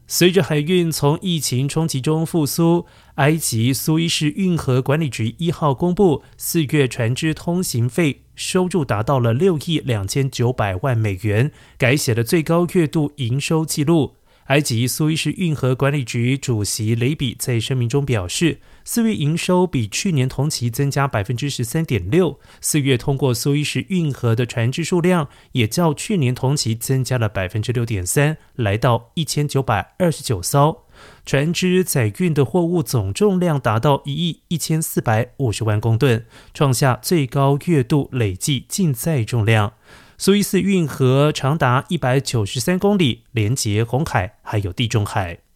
随着海运从疫情冲击中复苏，埃及苏伊士运河管理局1号公布，4月船只通行费收入达到了6亿2900万美元，改写了最高月度营收纪录。埃及苏伊士运河管理局主席雷比在声明中表示，4月营收比去年同期增加 13.6%，4月通过苏伊士运河的船只数量也较去年同期增加了 6.3%， 来到1929艘。船只载运的货物总重量达到1亿1450万公吨，创下最高月度累计净载重量。苏伊士运河长达193公里，连接红海还有地中海。